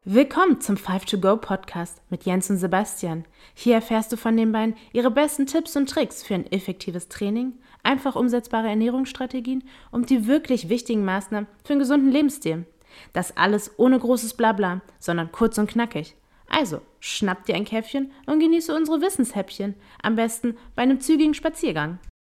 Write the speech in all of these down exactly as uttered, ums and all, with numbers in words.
Willkommen zum five to go Podcast mit Jens und Sebastian. Hier erfährst du von den beiden ihre besten Tipps und Tricks für ein effektives Training, einfach umsetzbare Ernährungsstrategien und die wirklich wichtigen Maßnahmen für einen gesunden Lebensstil. Das alles ohne großes Blabla, sondern kurz und knackig. Also, schnapp dir ein Käffchen und genieße unsere Wissenshäppchen, am besten bei einem zügigen Spaziergang.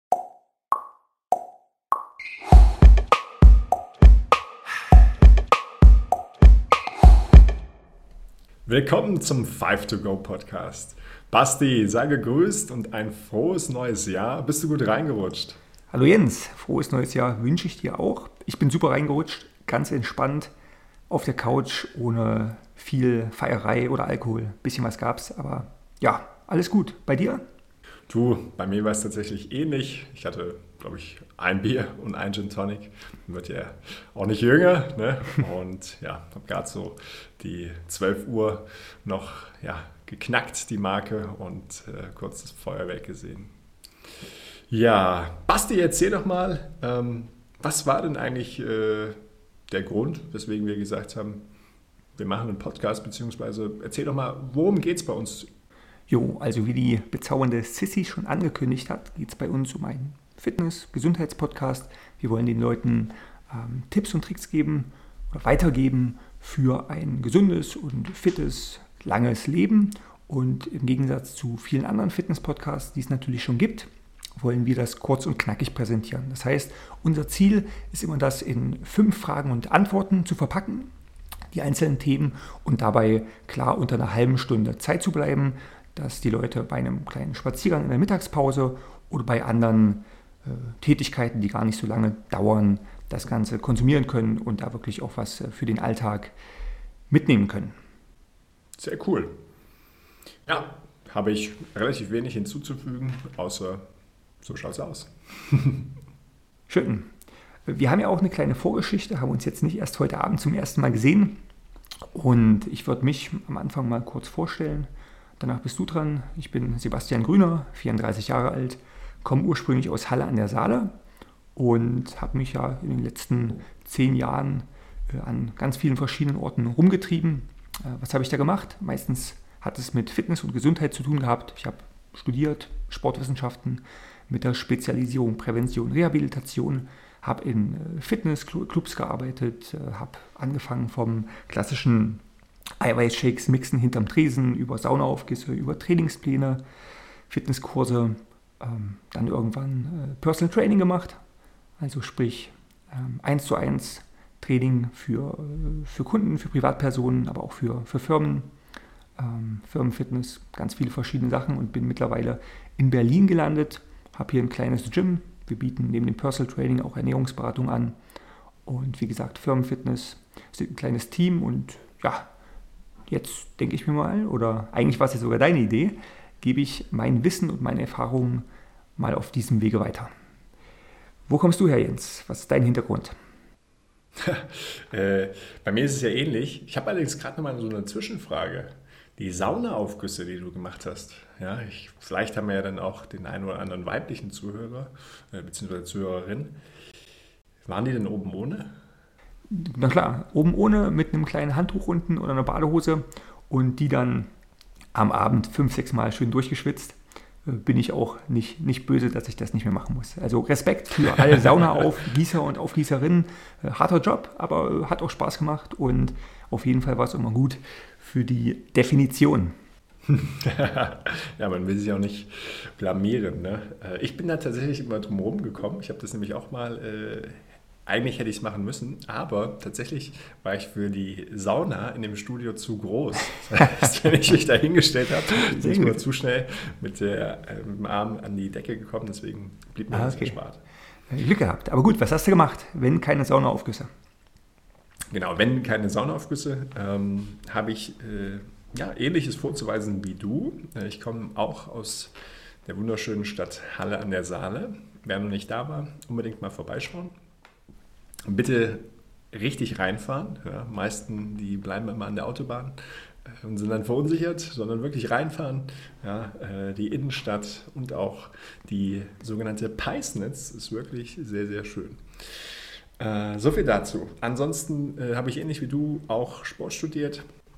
Willkommen zum five to go Podcast. Basti, sei gegrüßt und ein frohes neues Jahr. Bist du gut reingerutscht? Hallo Jens, frohes neues Jahr wünsche ich dir auch. Ich bin super reingerutscht, ganz entspannt auf der Couch, ohne viel Feierei oder Alkohol. Bisschen was gab's, aber ja, alles gut. Bei dir? Du, bei mir war es tatsächlich ähnlich. Ich hatte, glaube ich, ein Bier und ein Gin Tonic. Man wird ja auch nicht jünger, ne? Und ja, habe gerade so die zwölf Uhr noch ja, geknackt, die Marke, und äh, kurz das Feuerwerk gesehen. Ja, Basti, erzähl doch mal, ähm, was war denn eigentlich äh, der Grund, weswegen wir gesagt haben, wir machen einen Podcast, beziehungsweise erzähl doch mal, worum geht es bei uns? Jo, also wie die bezaubernde Sissy schon angekündigt hat, geht es bei uns um einen Fitness-Gesundheitspodcast. Wir wollen den Leuten ähm, Tipps und Tricks geben oder weitergeben für ein gesundes und fittes, langes Leben. Und im Gegensatz zu vielen anderen Fitness-Podcasts, die es natürlich schon gibt, wollen wir das kurz und knackig präsentieren. Das heißt, unser Ziel ist immer, das in fünf Fragen und Antworten zu verpacken, die einzelnen Themen, und dabei klar unter einer halben Stunde Zeit zu bleiben, dass die Leute bei einem kleinen Spaziergang in der Mittagspause oder bei anderen äh, Tätigkeiten, die gar nicht so lange dauern, das Ganze konsumieren können und da wirklich auch was für den Alltag mitnehmen können. Sehr cool. Ja, habe ich relativ wenig hinzuzufügen, außer so schaut's aus. Schön. Wir haben ja auch eine kleine Vorgeschichte, haben uns jetzt nicht erst heute Abend zum ersten Mal gesehen, und ich würde mich am Anfang mal kurz vorstellen. Danach bist du dran. Ich bin Sebastian Grüner, vierunddreißig Jahre alt, komme ursprünglich aus Halle an der Saale und habe mich ja in den letzten zehn Jahren äh, an ganz vielen verschiedenen Orten rumgetrieben. Äh, was habe ich da gemacht? Meistens hat es mit Fitness und Gesundheit zu tun gehabt. Ich habe studiert Sportwissenschaften mit der Spezialisierung Prävention, Rehabilitation, habe in äh, Fitnessclubs gearbeitet, äh, habe angefangen vom klassischen Eiweißshakes mixen hinterm Tresen, über Saunaaufgüsse, über Trainingspläne, Fitnesskurse, ähm, dann irgendwann äh, Personal Training gemacht, also sprich ähm, eins zu eins Training für, äh, für Kunden, für Privatpersonen, aber auch für, für Firmen, ähm, Firmenfitness, ganz viele verschiedene Sachen, und bin mittlerweile in Berlin gelandet, habe hier ein kleines Gym. Wir bieten neben dem Personal Training auch Ernährungsberatung an, und wie gesagt, Firmenfitness, sind ein kleines Team, und ja, jetzt denke ich mir mal, oder eigentlich war es ja sogar deine Idee, gebe ich mein Wissen und meine Erfahrungen mal auf diesem Wege weiter. Wo kommst du her, Jens? Was ist dein Hintergrund? äh, bei mir ist es ja ähnlich. Ich habe allerdings gerade noch mal so eine Zwischenfrage. Die Saunaaufgüsse, die du gemacht hast, ja, ich, vielleicht haben wir ja dann auch den einen oder anderen weiblichen Zuhörer äh, bzw. Zuhörerin. Waren die denn oben ohne? Na klar, oben ohne, mit einem kleinen Handtuch unten oder einer Badehose, und die dann am Abend fünf, sechs Mal schön durchgeschwitzt. Bin ich auch nicht, nicht böse, dass ich das nicht mehr machen muss. Also Respekt für alle Saunaaufgießer und Aufgießerinnen. Harter Job, aber hat auch Spaß gemacht, und auf jeden Fall war es immer gut für die Definition. Ja, man will sich auch nicht blamieren, ne? Ich bin da tatsächlich immer drum herum gekommen. Ich habe das nämlich auch mal... Äh Eigentlich hätte ich es machen müssen, aber tatsächlich war ich für die Sauna in dem Studio zu groß. Das heißt, wenn ich mich da hingestellt habe, bin ich nur zu schnell mit, der, äh, mit dem Arm an die Decke gekommen, deswegen blieb mir ah, das okay. erspart. Glück gehabt. Aber gut, was hast du gemacht, wenn keine Saunaaufgüsse? Genau, wenn keine Saunaaufgüsse, ähm, habe ich äh, ja, Ähnliches vorzuweisen wie du. Ich komme auch aus der wunderschönen Stadt Halle an der Saale. Wer noch nicht da war, unbedingt mal vorbeischauen. Bitte richtig reinfahren. Ja, meisten, die bleiben immer an der Autobahn äh, und sind dann verunsichert, sondern wirklich reinfahren. Ja, äh, die Innenstadt und auch die sogenannte Peisnitz ist wirklich sehr, sehr schön. Äh, so viel dazu. Ansonsten äh, habe ich ähnlich wie du auch Sport studiert.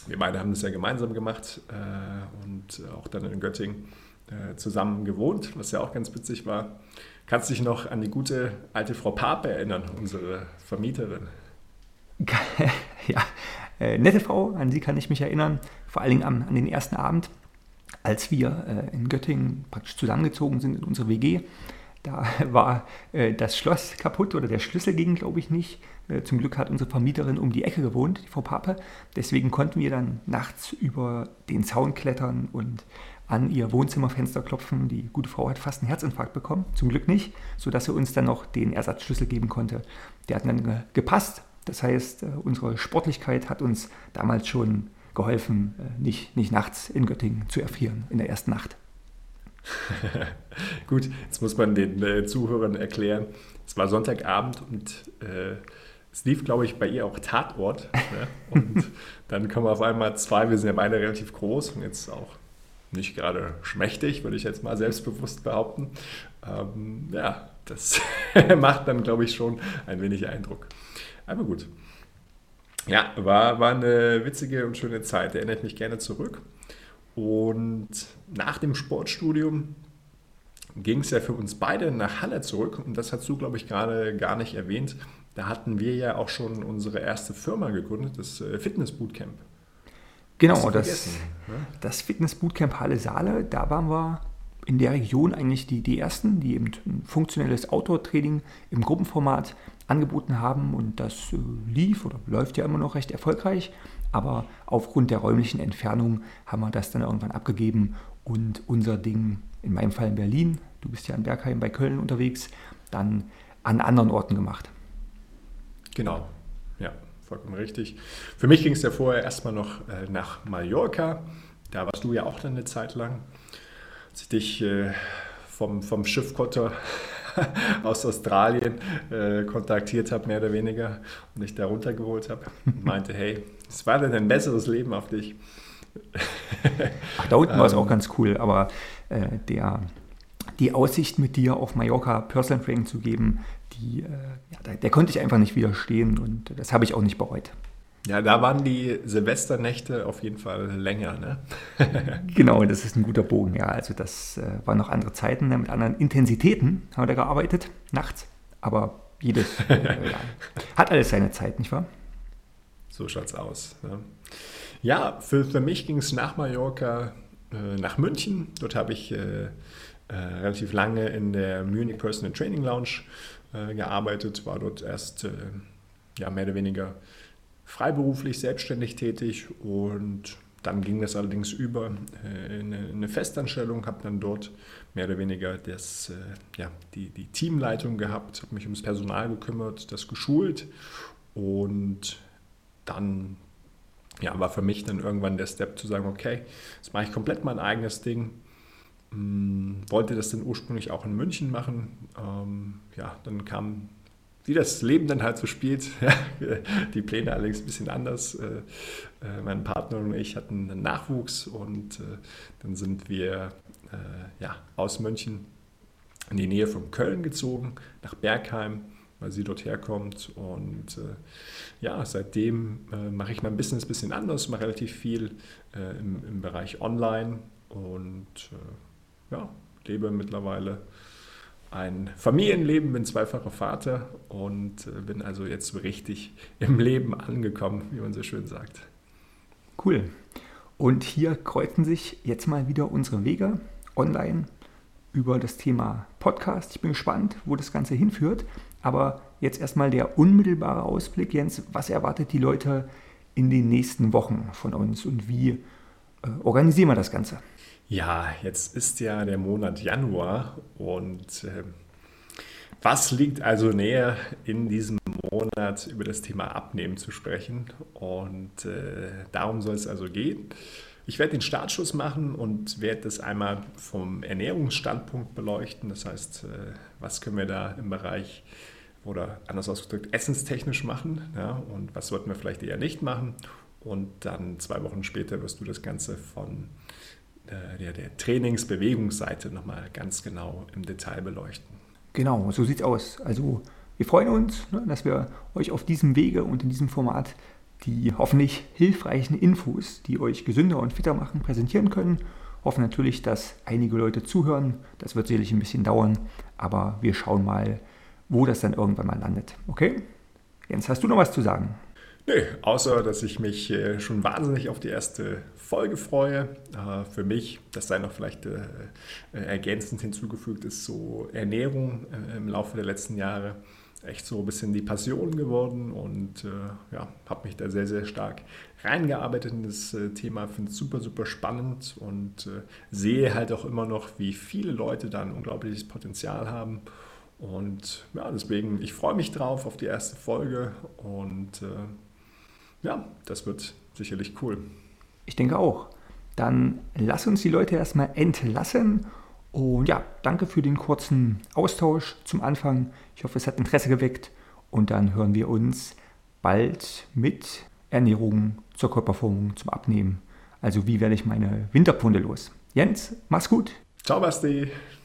wir beide haben das ja gemeinsam gemacht äh, und auch dann in Göttingen äh, zusammen gewohnt, was ja auch ganz witzig war. Kannst du dich noch an die gute alte Frau Pape erinnern, unsere Vermieterin? Ja, äh, nette Frau, an sie kann ich mich erinnern, vor allen Dingen an, an den ersten Abend, als wir äh, in Göttingen praktisch zusammengezogen sind in unsere W G. Da war äh, das Schloss kaputt oder der Schlüssel ging, glaube ich, nicht. Äh, zum Glück hat unsere Vermieterin um die Ecke gewohnt, die Frau Pape. Deswegen konnten wir dann nachts über den Zaun klettern und an ihr Wohnzimmerfenster klopfen. Die gute Frau hat fast einen Herzinfarkt bekommen, zum Glück nicht, sodass sie uns dann noch den Ersatzschlüssel geben konnte. Der hat dann ge- gepasst. Das heißt, äh, unsere Sportlichkeit hat uns damals schon geholfen, äh, nicht, nicht nachts in Göttingen zu erfrieren, in der ersten Nacht. Gut, jetzt muss man den äh, Zuhörern erklären, es war Sonntagabend und äh, es lief, glaube ich, bei ihr auch Tatort. Ne? Und dann kommen auf einmal zwei, wir sind ja beide relativ groß und jetzt auch nicht gerade schmächtig, würde ich jetzt mal selbstbewusst behaupten. Ähm, ja, das macht dann, glaube ich, schon ein wenig Eindruck. Aber gut. Ja, war, war eine witzige und schöne Zeit, erinnert mich gerne zurück. Und nach dem Sportstudium ging es ja für uns beide nach Halle zurück und das hast du, glaube ich, gerade gar nicht erwähnt. Da hatten wir ja auch schon unsere erste Firma gegründet, das Fitness Bootcamp. Genau, das, das Fitness Bootcamp Halle Saale, da waren wir in der Region eigentlich die, die Ersten, die eben ein funktionelles Outdoor-Training im Gruppenformat angeboten haben und das äh, lief oder läuft ja immer noch recht erfolgreich, aber aufgrund der räumlichen Entfernung haben wir das dann irgendwann abgegeben und unser Ding, in meinem Fall in Berlin, du bist ja in Bergheim bei Köln unterwegs, dann an anderen Orten gemacht. Genau, ja, vollkommen richtig. Für mich ging es ja vorher erstmal noch äh, nach Mallorca, da warst du ja auch dann eine Zeit lang, als ich dich äh, vom, vom Schiffkotter aus Australien äh, kontaktiert habe, mehr oder weniger, und ich da runtergeholt habe und meinte, hey, was war denn ein besseres Leben auf dich? Ach, da unten war es auch ganz cool, aber äh, der, die Aussicht mit dir auf Mallorca Personal Training zu geben, die, äh, ja, der, der konnte ich einfach nicht widerstehen und das habe ich auch nicht bereut. Ja, da waren die Silvesternächte auf jeden Fall länger, ne? Genau, das ist ein guter Bogen, ja. Also das äh, waren noch andere Zeiten, ne? Mit anderen Intensitäten haben wir da gearbeitet, nachts. Aber jedes äh, ja, hat alles seine Zeit, nicht wahr? So schaut's aus. Ne? Ja, für, für mich ging es nach Mallorca äh, nach München. Dort habe ich äh, äh, relativ lange in der Munich Personal Training Lounge äh, gearbeitet, war dort erst äh, ja, mehr oder weniger freiberuflich, selbstständig tätig und dann ging das allerdings über äh, in, eine, in eine Festanstellung, habe dann dort mehr oder weniger das, äh, ja, die, die Teamleitung gehabt, habe mich ums Personal gekümmert, das geschult und dann ja, war für mich dann irgendwann der Step zu sagen, okay, jetzt mache ich komplett mein eigenes Ding, hm, wollte das dann ursprünglich auch in München machen, ähm, ja, dann kam wie das Leben dann halt so spielt, die Pläne allerdings ein bisschen anders. Mein Partner und ich hatten einen Nachwuchs und dann sind wir ja, aus München in die Nähe von Köln gezogen, nach Bergheim, weil sie dort herkommt. Und ja, seitdem mache ich mein Business ein bisschen anders, mache relativ viel im, im Bereich Online und ja, lebe mittlerweile ein Familienleben, bin zweifacher Vater und bin also jetzt so richtig im Leben angekommen, wie man so schön sagt. Cool. Und hier kreuzen sich jetzt mal wieder unsere Wege online über das Thema Podcast. Ich bin gespannt, wo das Ganze hinführt. Aber jetzt erstmal der unmittelbare Ausblick, Jens. Was erwartet die Leute in den nächsten Wochen von uns und wie äh, organisieren wir das Ganze? Ja, jetzt ist ja der Monat Januar und äh, was liegt also näher, in diesem Monat über das Thema Abnehmen zu sprechen und äh, darum soll es also gehen. Ich werde den Startschuss machen und werde das einmal vom Ernährungsstandpunkt beleuchten, das heißt, äh, was können wir da im Bereich oder anders ausgedrückt essenstechnisch machen, ja, und was sollten wir vielleicht eher nicht machen und dann zwei Wochen später wirst du das Ganze von Der, der Trainingsbewegungsseite nochmal ganz genau im Detail beleuchten. Genau, so sieht es aus. Also wir freuen uns, ne, dass wir euch auf diesem Wege und in diesem Format die hoffentlich hilfreichen Infos, die euch gesünder und fitter machen, präsentieren können. Hoffen natürlich, dass einige Leute zuhören. Das wird sicherlich ein bisschen dauern, aber wir schauen mal, wo das dann irgendwann mal landet. Okay? Jens, hast du noch was zu sagen? Nö, außer, dass ich mich schon wahnsinnig auf die erste Folge freue. Für mich, das sei noch vielleicht ergänzend hinzugefügt, ist so Ernährung im Laufe der letzten Jahre echt so ein bisschen die Passion geworden und ja, habe mich da sehr, sehr stark reingearbeitet in das Thema, finde es super, super spannend und sehe halt auch immer noch, wie viele Leute da ein unglaubliches Potenzial haben. Und ja, deswegen, ich freue mich drauf auf die erste Folge und äh, ja, das wird sicherlich cool. Ich denke auch. Dann lass uns die Leute erstmal entlassen und ja, danke für den kurzen Austausch zum Anfang. Ich hoffe, es hat Interesse geweckt und dann hören wir uns bald mit Ernährung zur Körperformung, zum Abnehmen. Also wie werde ich meine Winterpunde los? Jens, mach's gut. Ciao Basti.